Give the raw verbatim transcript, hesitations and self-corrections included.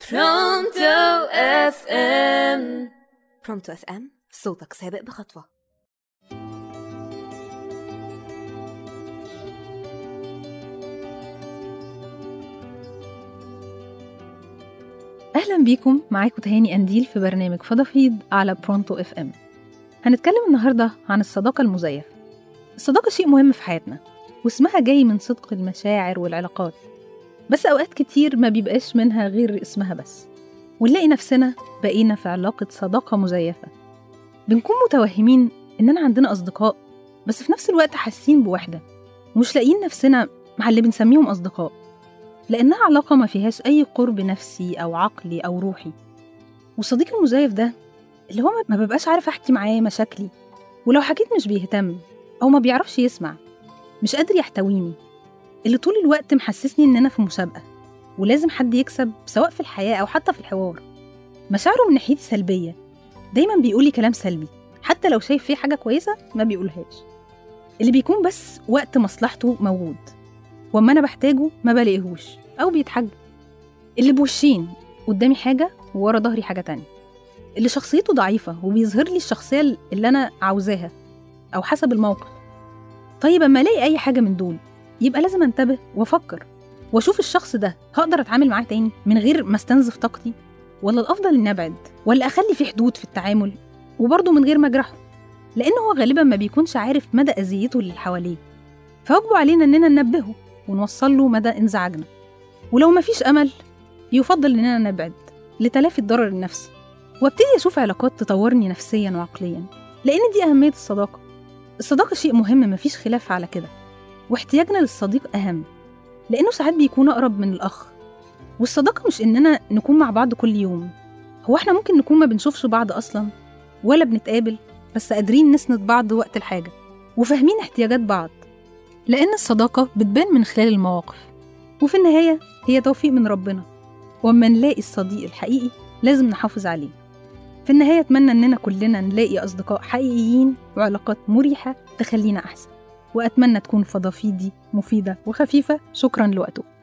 برونتو اف ام. برونتو اف ام، صوتك سابق بخطوة. أهلا بيكم، معاكم تهاني أنديل في برنامج فضفيض على برونتو اف ام. هنتكلم النهاردة عن الصداقة المزيفة. الصداقة شيء مهم في حياتنا، واسمها جاي من صدق المشاعر والعلاقات، بس أوقات كتير ما بيبقاش منها غير اسمها بس، ونلاقي نفسنا بقينا في علاقة صداقة مزيفة. بنكون متوهمين إننا عندنا أصدقاء، بس في نفس الوقت حاسين بوحدة ومش لاقيين نفسنا مع اللي بنسميهم أصدقاء، لأنها علاقة ما فيهاش أي قرب نفسي أو عقلي أو روحي. والصديق المزيف ده اللي هو ما ببقاش عارف أحكي معاه مشاكلي، ولو حكيت مش بيهتم أو ما بيعرفش يسمع، مش قادر يحتويني، اللي طول الوقت محسسني إننا في مسابقة ولازم حد يكسب، سواء في الحياة أو حتى في الحوار. مشاعره من ناحيتي سلبية، دايما بيقولي كلام سلبي، حتى لو شايف فيه حاجة كويسة ما بيقولهاش، اللي بيكون بس وقت مصلحته موجود، وأما أنا بحتاجه ما بلاقيهوش أو بيتحجج. اللي بوشين، قدامي حاجة وورا ظهري حاجة تانية، اللي شخصيته ضعيفة وبيظهر لي الشخصية اللي أنا عاوزاها أو حسب الموقف. طيب أما ألاقي أي حاجة من دول، يبقى لازم أنتبه وأفكر وأشوف الشخص ده هقدر أتعامل معاه تاني من غير ما استنزف طاقتي، ولا الأفضل إني أبعد، ولا أخلي في حدود في التعامل وبرضه من غير ما أجرحه، لأنه هو غالبا ما بيكونش عارف مدى أذيته اللي حواليه، فواجبه علينا إننا ننبهه ونوصل له مدى انزعاجنا. ولو مفيش أمل، يفضل إننا نبعد لتلافي الضرر النفسي، وابتدي أشوف علاقات تطورني نفسيا وعقليا، لأن دي أهمية الصداقة. الصداقة شيء مهم، مفيش خلاف على كده، واحتياجنا للصديق أهم، لأنه ساعات بيكون أقرب من الأخ. والصداقة مش إننا نكون مع بعض كل يوم، هو إحنا ممكن نكون ما بنشوفش بعض أصلا ولا بنتقابل، بس قادرين نسند بعض وقت الحاجة وفاهمين احتياجات بعض، لأن الصداقة بتبان من خلال المواقف، وفي النهاية هي توفيق من ربنا. وأما نلاقي الصديق الحقيقي لازم نحافظ عليه. في النهاية أتمنى أننا كلنا نلاقي أصدقاء حقيقيين وعلاقات مريحة تخلينا أحسن، وأتمنى تكون فضفيضي مفيدة وخفيفة. شكرا لوقتكم.